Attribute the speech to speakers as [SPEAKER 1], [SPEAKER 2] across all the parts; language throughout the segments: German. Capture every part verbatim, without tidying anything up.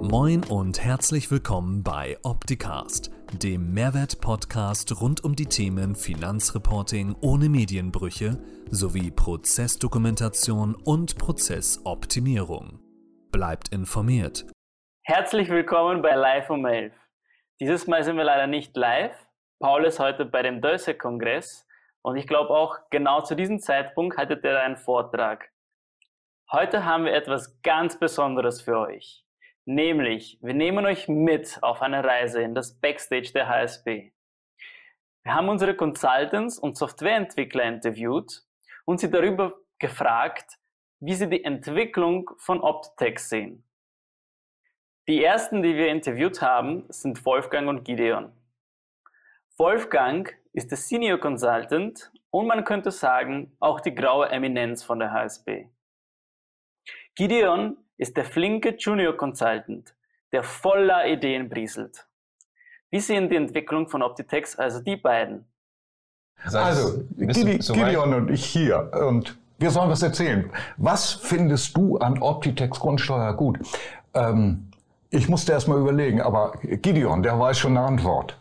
[SPEAKER 1] Moin und herzlich willkommen bei Opticast, dem Mehrwert-Podcast rund um die Themen Finanzreporting ohne Medienbrüche sowie Prozessdokumentation und Prozessoptimierung. Bleibt informiert.
[SPEAKER 2] Herzlich willkommen bei Live um elf. Dieses Mal sind wir leider nicht live. Paul ist heute bei dem Döse-Kongress und ich glaube auch genau zu diesem Zeitpunkt haltet er einen Vortrag. Heute haben wir etwas ganz Besonderes für euch. Nämlich, wir nehmen euch mit auf eine Reise in das Backstage der H S B. Wir haben unsere Consultants und Softwareentwickler interviewt und sie darüber gefragt, wie sie die Entwicklung von Optitex sehen. Die ersten, die wir interviewt haben, sind Wolfgang und Gideon. Wolfgang ist der Senior Consultant und man könnte sagen, auch die graue Eminenz von der H S B. Gideon ist der flinke Junior Consultant, der voller Ideen brieselt. Wie sehen die Entwicklung von Optitex also die beiden?
[SPEAKER 3] Also, Gide- so Gideon und ich hier. Und wir sollen was erzählen. Was findest du an Optitex Grundsteuer gut? Ähm, ich musste erst mal überlegen, aber Gideon, der weiß schon eine Antwort.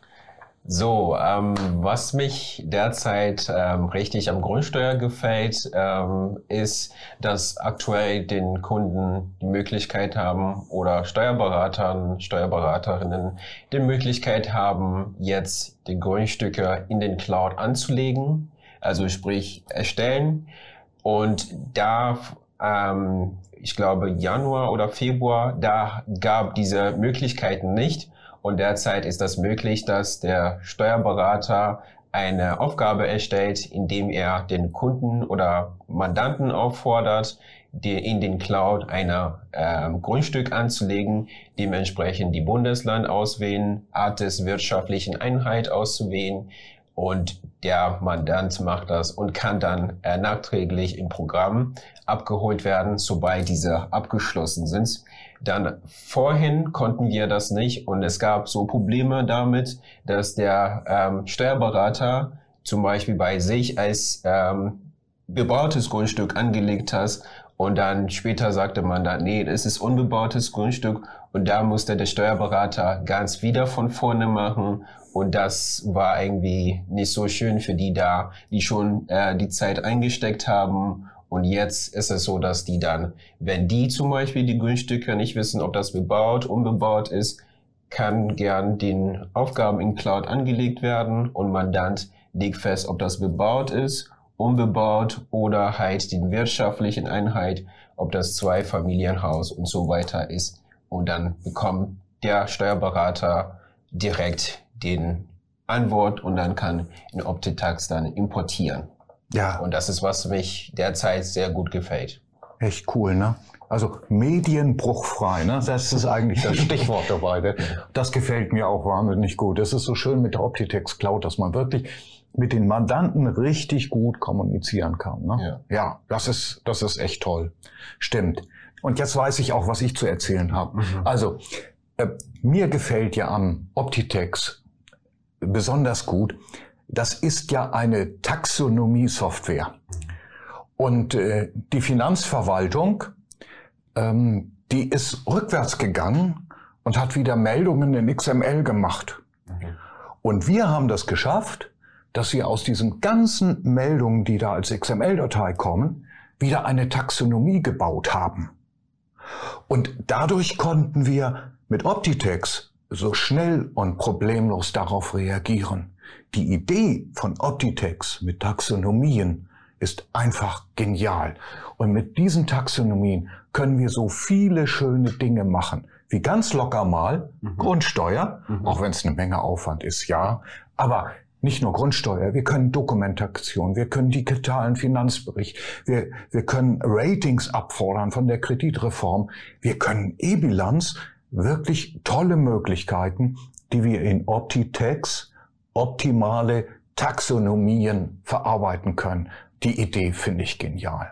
[SPEAKER 4] So, ähm, was mich derzeit ähm, richtig am Grundsteuer gefällt, ähm, ist, dass aktuell den Kunden die Möglichkeit haben oder Steuerberatern, Steuerberaterinnen die Möglichkeit haben, jetzt die Grundstücke in den Cloud anzulegen, also sprich erstellen. Und da, ähm, ich glaube Januar oder Februar, da gab diese Möglichkeiten nicht. Und derzeit ist das möglich, dass der Steuerberater eine Aufgabe erstellt, indem er den Kunden oder Mandanten auffordert, die in den Cloud ein äh, Grundstück anzulegen, dementsprechend die Bundesland auswählen, Art des wirtschaftlichen Einheit auszuwählen und der Mandant macht das und kann dann äh, nachträglich im Programm abgeholt werden, sobald diese abgeschlossen sind. Dann vorhin konnten wir das nicht und es gab so Probleme damit, dass der ähm, Steuerberater zum Beispiel bei sich als ähm, bebautes Grundstück angelegt hat und dann später sagte man dann, nee, es ist unbebautes Grundstück und da musste der Steuerberater ganz wieder von vorne machen und das war irgendwie nicht so schön für die da, die schon äh, die Zeit eingesteckt haben. Und jetzt ist es so, dass die dann, wenn die zum Beispiel die Grundstücke nicht wissen, ob das bebaut, unbebaut ist, kann gern den Aufgaben in Cloud angelegt werden und Mandant legt fest, ob das bebaut ist, unbebaut oder halt die wirtschaftlichen Einheit, ob das Zweifamilienhaus und so weiter ist. Und dann bekommt der Steuerberater direkt den Antwort und dann kann in Optitex dann importieren. Ja. Und das ist, was mich derzeit sehr gut gefällt.
[SPEAKER 3] Echt cool, ne? Also medienbruchfrei, ne? Das ist eigentlich das Stichwort dabei. Das gefällt mir auch wahnsinnig gut. Das ist so schön mit der Optitex Cloud, dass man wirklich mit den Mandanten richtig gut kommunizieren kann, ne? Ja, ja, das ist, das ist echt toll. Stimmt. Und jetzt weiß ich auch, was ich zu erzählen habe. Mhm. Also, äh, mir gefällt ja am Optitex besonders gut, das ist ja eine Taxonomie-Software. Und äh, die Finanzverwaltung, ähm, die ist rückwärts gegangen und hat wieder Meldungen in X M L gemacht. Okay. Und wir haben das geschafft, dass wir aus diesen ganzen Meldungen, die da als X M L-Datei kommen, wieder eine Taxonomie gebaut haben. Und dadurch konnten wir mit Optitex so schnell und problemlos darauf reagieren. Die Idee von Optitex mit Taxonomien ist einfach genial. Und mit diesen Taxonomien können wir so viele schöne Dinge machen, wie ganz locker mal mhm. Grundsteuer, mhm. auch wenn es eine Menge Aufwand ist, ja. Aber nicht nur Grundsteuer, wir können Dokumentation, wir können digitalen Finanzbericht, wir, wir können Ratings abfordern von der Kreditreform, wir können E-Bilanz, wirklich tolle Möglichkeiten, die wir in Optitex optimale Taxonomien verarbeiten können. Die Idee finde ich genial.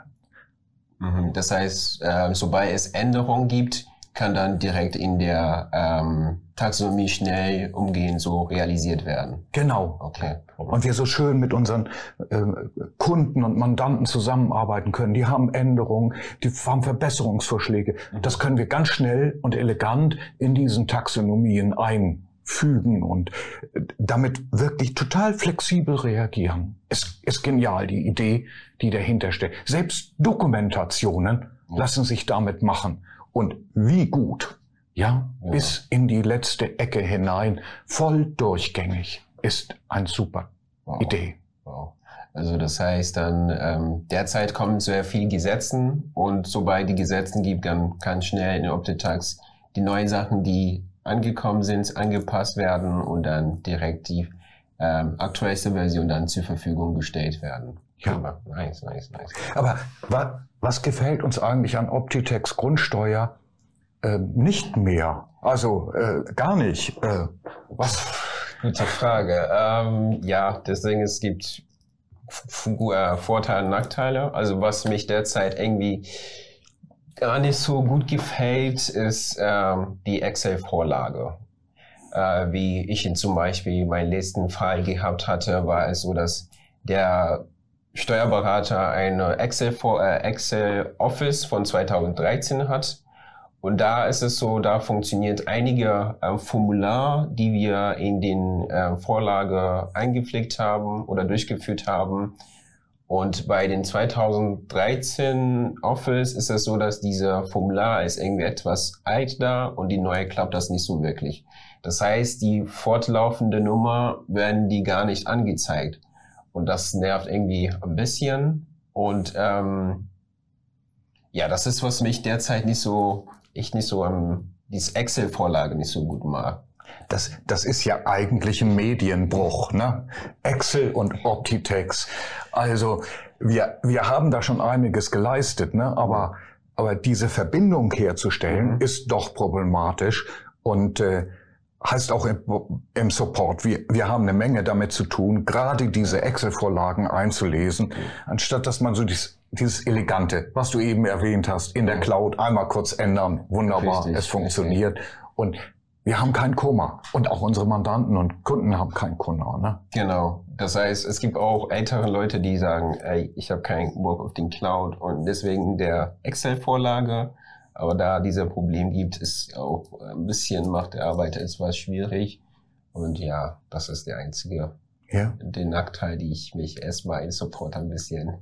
[SPEAKER 4] Das heißt, äh, sobald es Änderungen gibt, kann dann direkt in der ähm, Taxonomie schnell umgehen, so realisiert werden.
[SPEAKER 3] Genau.
[SPEAKER 4] Okay.
[SPEAKER 3] Und wir so schön mit unseren äh, Kunden und Mandanten zusammenarbeiten können. Die haben Änderungen, die haben Verbesserungsvorschläge. Mhm. Das können wir ganz schnell und elegant in diesen Taxonomien einfügen und damit wirklich total flexibel reagieren. Es ist genial, die Idee, die dahinter steckt. Selbst Dokumentationen ja. lassen sich damit machen. Und wie gut. Ja, ja, bis in die letzte Ecke hinein, voll durchgängig, ist eine super wow. Idee.
[SPEAKER 4] Wow. Also das heißt dann, ähm, derzeit kommen sehr viele Gesetze und sobald die Gesetze gibt, dann kann schnell in OptiTax die neuen Sachen, die angekommen sind, angepasst werden und dann direkt die ähm, aktuellste Version dann zur Verfügung gestellt werden.
[SPEAKER 3] Ja.
[SPEAKER 4] Aber nice, nice, nice.
[SPEAKER 3] Aber wa was gefällt uns eigentlich an OptiTax Grundsteuer? Äh, nicht mehr. Also äh, gar nicht. Äh, was?
[SPEAKER 4] Gute Frage. Ähm, ja, deswegen es gibt Vorteile und Nachteile. Also was mich derzeit irgendwie gar nicht so gut gefällt, ist ähm, die Excel-Vorlage. Äh, wie ich in zum Beispiel meinen letzten Fall gehabt hatte, war es so, dass der Steuerberater eine Excel, äh, Excel Office von zweitausenddreizehn hat. Und da ist es so, da funktioniert einige äh, Formular, die wir in den äh, Vorlage eingepflegt haben oder durchgeführt haben. Und bei den zweitausenddreizehn Office ist es so, dass dieser Formular ist irgendwie etwas alt da und die neue klappt das nicht so wirklich. Das heißt, die fortlaufende Nummer werden die gar nicht angezeigt. Und das nervt irgendwie ein bisschen. Und ähm, ja, das ist, was mich derzeit nicht so, ich nicht so, ähm, diese Excel-Vorlage nicht so gut mag.
[SPEAKER 3] Das, das ist ja eigentlich ein Medienbruch, ne? Excel und OptiTax. Also wir, wir haben da schon einiges geleistet, ne? Aber, aber diese Verbindung herzustellen mhm. ist doch problematisch und äh, heißt auch im, im Support. Wir, wir haben eine Menge damit zu tun, gerade diese Excel-Vorlagen einzulesen, mhm. anstatt dass man so dieses, dieses Elegante, was du eben erwähnt hast, in der Cloud einmal kurz ändern. Wunderbar, richtig, es funktioniert. Richtig. Und wir haben kein Kummer. Und auch unsere Mandanten und Kunden haben kein Kummer. Ne?
[SPEAKER 4] Genau. Das heißt, es gibt auch ältere Leute, die sagen, ey, ich habe keinen Bock auf den Cloud und deswegen der Excel-Vorlage. Aber da dieser Problem gibt, ist auch ein bisschen, macht der Arbeiter etwas schwierig. Und ja, das ist der einzige, ja. den Nachteil, die ich mich erstmal in Support ein bisschen...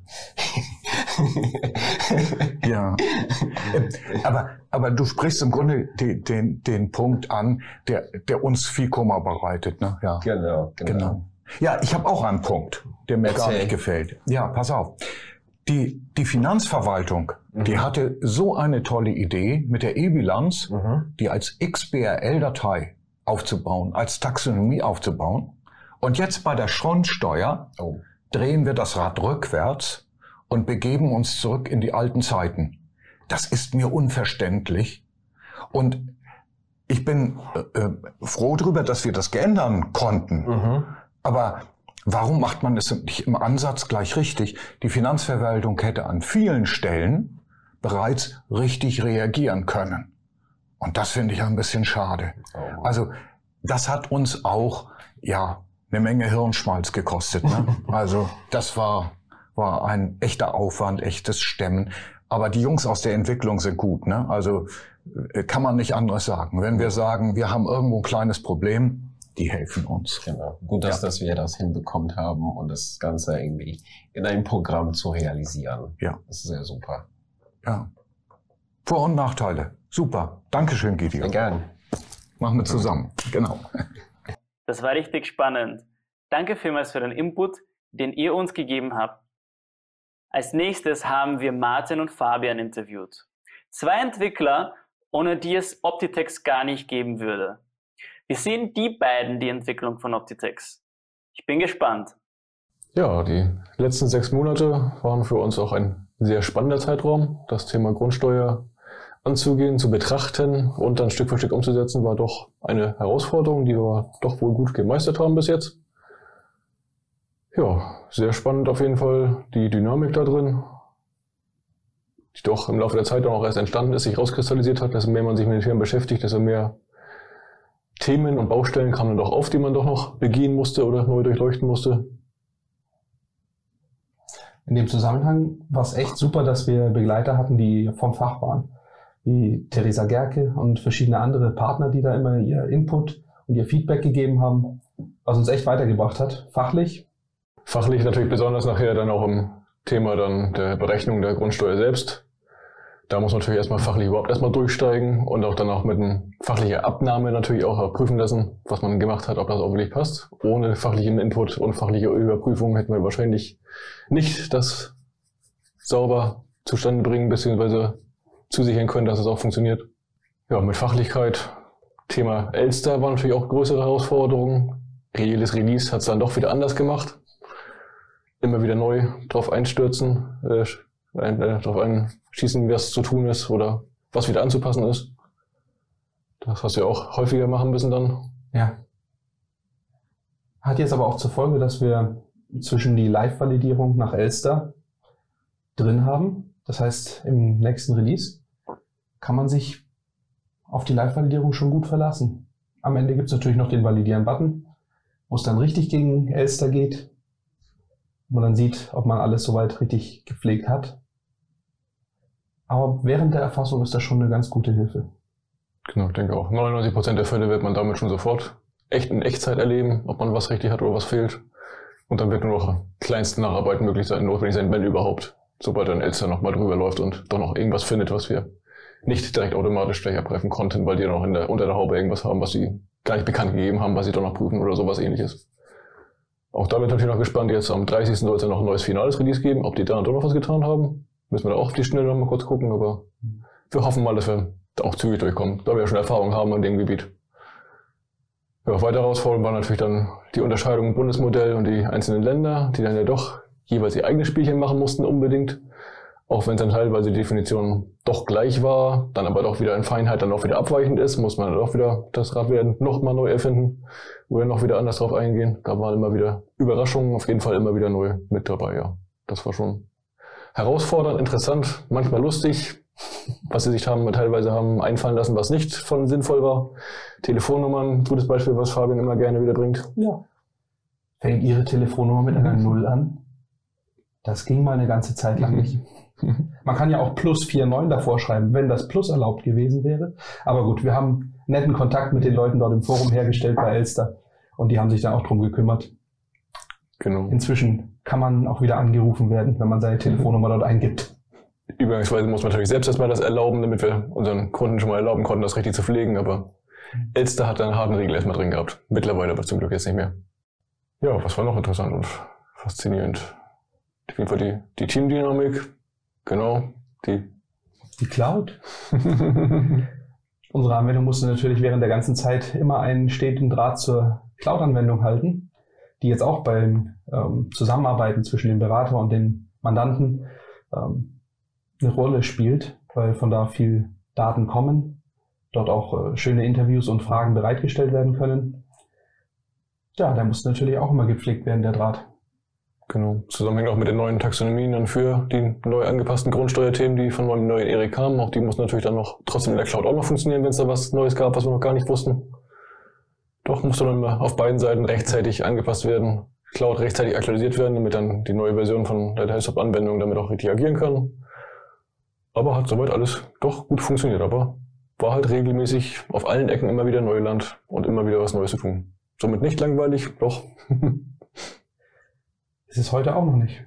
[SPEAKER 3] Ja, aber, aber du sprichst im Grunde den, den, den Punkt an, der, der uns viel Kummer bereitet. Ne? Ja.
[SPEAKER 4] Genau, genau, genau.
[SPEAKER 3] Ja, ich habe auch einen Punkt, der mir Erzähl. gar nicht gefällt. Ja, pass auf. Die, die Finanzverwaltung, mhm. die hatte so eine tolle Idee mit der E-Bilanz, mhm. die als X B R L-Datei aufzubauen, als Taxonomie aufzubauen. Und jetzt bei der Grundsteuer oh. drehen wir das Rad rückwärts und begeben uns zurück in die alten Zeiten. Das ist mir unverständlich. Und ich bin äh, froh darüber, dass wir das geändern konnten. Mhm. Aber warum macht man es nicht im Ansatz gleich richtig? Die Finanzverwaltung hätte an vielen Stellen bereits richtig reagieren können. Und das finde ich ein bisschen schade. Oh. Also das hat uns auch ja eine Menge Hirnschmalz gekostet. Ne? Also das war... war ein echter Aufwand, echtes Stemmen. Aber die Jungs aus der Entwicklung sind gut, ne? Also kann man nicht anderes sagen. Wenn wir sagen, wir haben irgendwo ein kleines Problem, die helfen uns.
[SPEAKER 4] Genau. Gut, dass, ja. dass wir das hinbekommen haben und das Ganze irgendwie in einem Programm zu realisieren.
[SPEAKER 3] Ja.
[SPEAKER 4] Das ist sehr super.
[SPEAKER 3] Ja. Vor- und Nachteile. Super. Dankeschön, Gideon.
[SPEAKER 4] Sehr gern.
[SPEAKER 3] Machen wir zusammen. Genau.
[SPEAKER 2] Das war richtig spannend. Danke vielmals für den Input, den ihr uns gegeben habt. Als nächstes haben wir Martin und Fabian interviewt. Zwei Entwickler, ohne die es OptiTax gar nicht geben würde. Wie sehen die beiden die Entwicklung von OptiTax? Ich bin gespannt.
[SPEAKER 5] Ja, die letzten sechs Monate waren für uns auch ein sehr spannender Zeitraum. Das Thema Grundsteuer anzugehen, zu betrachten und dann Stück für Stück umzusetzen, war doch eine Herausforderung, die wir doch wohl gut gemeistert haben bis jetzt. Ja, sehr spannend auf jeden Fall die Dynamik da drin, die doch im Laufe der Zeit auch erst entstanden ist, sich rauskristallisiert hat. Desto mehr man sich mit den Themen beschäftigt, desto mehr Themen und Baustellen kamen dann doch auf, die man doch noch begehen musste oder neu durchleuchten musste?
[SPEAKER 6] In dem Zusammenhang war es echt super, dass wir Begleiter hatten, die vom Fach waren, wie Theresa Gerke und verschiedene andere Partner, die da immer ihr Input und ihr Feedback gegeben haben, was uns echt weitergebracht hat, fachlich.
[SPEAKER 5] Fachlich natürlich besonders nachher dann auch im Thema dann der Berechnung der Grundsteuer selbst. Da muss man natürlich erstmal fachlich überhaupt erstmal durchsteigen und auch dann auch mit einer fachlichen Abnahme natürlich auch prüfen lassen, was man gemacht hat, ob das auch wirklich passt. Ohne fachlichen Input und fachliche Überprüfung hätten wir wahrscheinlich nicht das sauber zustande bringen bzw. zusichern können, dass es auch funktioniert. Ja, mit Fachlichkeit, Thema Elster war natürlich auch größere Herausforderungen. Reelles Release hat es dann doch wieder anders gemacht. Immer wieder neu drauf einstürzen, äh, ein, äh, drauf einschießen, was zu tun ist oder was wieder anzupassen ist. Das hast du ja auch häufiger machen müssen dann.
[SPEAKER 6] Ja. Hat jetzt aber auch zur Folge, dass wir zwischen die Live-Validierung nach Elster drin haben. Das heißt, im nächsten Release kann man sich auf die Live-Validierung schon gut verlassen. Am Ende gibt es natürlich noch den Validieren-Button, wo es dann richtig gegen Elster geht, wo man dann sieht, ob man alles soweit richtig gepflegt hat. Aber während der Erfassung ist das schon eine ganz gute Hilfe.
[SPEAKER 5] Genau, ich denke auch. neunundneunzig Prozent der Fälle wird man damit schon sofort echt in Echtzeit erleben, ob man was richtig hat oder was fehlt. Und dann wird nur noch kleinste Nacharbeiten möglich sein, notwendig sein, wenn überhaupt. Sobald dann Elster nochmal drüber läuft und doch noch irgendwas findet, was wir nicht direkt automatisch gleich abgreifen konnten, weil die noch in der, unter der Haube irgendwas haben, was sie gar nicht bekannt gegeben haben, was sie doch noch prüfen oder sowas ähnliches. Auch da bin ich natürlich noch gespannt. Jetzt am dreißigsten soll es ja noch ein neues finales Release geben. Ob die da doch noch was getan haben, müssen wir da auch auf die Schnelle noch mal kurz gucken. Aber wir hoffen mal, dass wir da auch zügig durchkommen, da wir ja schon Erfahrung haben in dem Gebiet. Ja, weitere Herausforderung war natürlich dann die Unterscheidung im Bundesmodell und die einzelnen Länder, die dann ja doch jeweils ihr eigenes Spielchen machen mussten unbedingt. Auch wenn es dann teilweise die Definition doch gleich war, dann aber doch wieder in Feinheit dann auch wieder abweichend ist, muss man dann auch wieder das Rad werden noch mal neu erfinden oder noch wieder anders drauf eingehen. Da waren immer wieder Überraschungen, auf jeden Fall immer wieder neu mit dabei, ja. Das war schon herausfordernd, interessant, manchmal lustig, was sie sich haben, teilweise haben einfallen lassen, was nicht von sinnvoll war. Telefonnummern, gutes Beispiel, was Fabian immer gerne wieder bringt.
[SPEAKER 6] Ja. Fängt Ihre Telefonnummer mit einer Null an? Das ging mal eine ganze Zeit lang nicht. Man kann ja auch plus neunundvierzig davor schreiben, wenn das Plus erlaubt gewesen wäre. Aber gut, wir haben netten Kontakt mit den Leuten dort im Forum hergestellt bei Elster und die haben sich dann auch drum gekümmert.
[SPEAKER 5] Genau.
[SPEAKER 6] Inzwischen kann man auch wieder angerufen werden, wenn man seine Telefonnummer dort eingibt.
[SPEAKER 5] Übergangsweise muss man natürlich selbst erstmal das erlauben, damit wir unseren Kunden schon mal erlauben konnten, das richtig zu pflegen. Aber Elster hat einen harten Regel erstmal drin gehabt. Mittlerweile aber zum Glück jetzt nicht mehr. Ja, was war noch interessant und faszinierend? Auf jeden Fall die, die Teamdynamik. Genau, die.
[SPEAKER 6] Die Cloud. Unsere Anwendung musste natürlich während der ganzen Zeit immer einen steten Draht zur Cloud-Anwendung halten, die jetzt auch beim ähm, Zusammenarbeiten zwischen dem Berater und den Mandanten ähm, eine Rolle spielt, weil von da viel Daten kommen, dort auch äh, schöne Interviews und Fragen bereitgestellt werden können. Ja, der muss natürlich auch immer gepflegt werden, der Draht.
[SPEAKER 5] Genau. Zusammenhängt auch mit den neuen Taxonomien dann für die neu angepassten Grundsteuerthemen, die von meinem neuen Erik kamen. Auch die mussten natürlich dann noch trotzdem in der Cloud auch noch funktionieren, wenn es da was Neues gab, was wir noch gar nicht wussten. Doch musste dann immer auf beiden Seiten rechtzeitig angepasst werden, Cloud rechtzeitig aktualisiert werden, damit dann die neue Version von der Desktop-Anwendung damit auch richtig agieren kann. Aber hat soweit alles doch gut funktioniert. Aber war halt regelmäßig auf allen Ecken immer wieder Neuland und immer wieder was Neues zu tun. Somit nicht langweilig, doch.
[SPEAKER 6] Ist es heute auch noch nicht.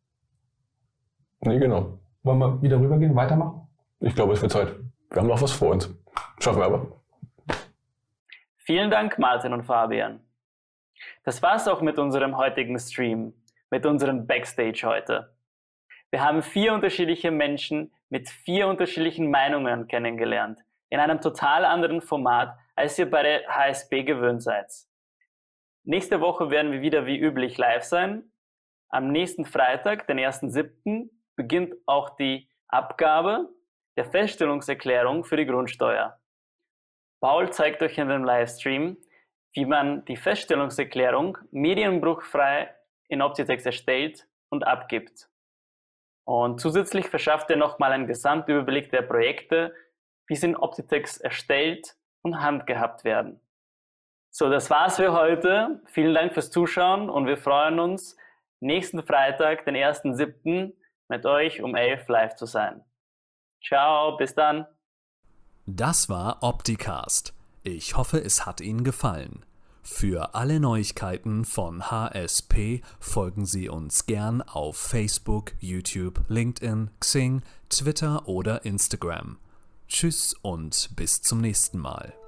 [SPEAKER 5] Nee, genau.
[SPEAKER 6] Wollen wir wieder rübergehen, weitermachen?
[SPEAKER 5] Ich glaube, es wird Zeit. Wir haben noch was vor uns. Schaffen wir aber.
[SPEAKER 2] Vielen Dank, Martin und Fabian. Das war's auch mit unserem heutigen Stream, mit unserem Backstage heute. Wir haben vier unterschiedliche Menschen mit vier unterschiedlichen Meinungen kennengelernt, in einem total anderen Format, als ihr bei der H S B gewöhnt seid. Nächste Woche werden wir wieder wie üblich live sein. Am nächsten Freitag, den ersten siebten, beginnt auch die Abgabe der Feststellungserklärung für die Grundsteuer. Paul zeigt euch in dem Livestream, wie man die Feststellungserklärung medienbruchfrei in Optitex erstellt und abgibt. Und zusätzlich verschafft er nochmal einen Gesamtüberblick der Projekte, wie sie in Optitex erstellt und handgehabt werden. So, das war's für heute. Vielen Dank fürs Zuschauen und wir freuen uns, nächsten Freitag, den ersten siebten mit euch um elf live zu sein. Ciao, bis dann.
[SPEAKER 1] Das war Opticast. Ich hoffe, es hat Ihnen gefallen. Für alle Neuigkeiten von H S P folgen Sie uns gern auf Facebook, YouTube, LinkedIn, Xing, Twitter oder Instagram. Tschüss und bis zum nächsten Mal.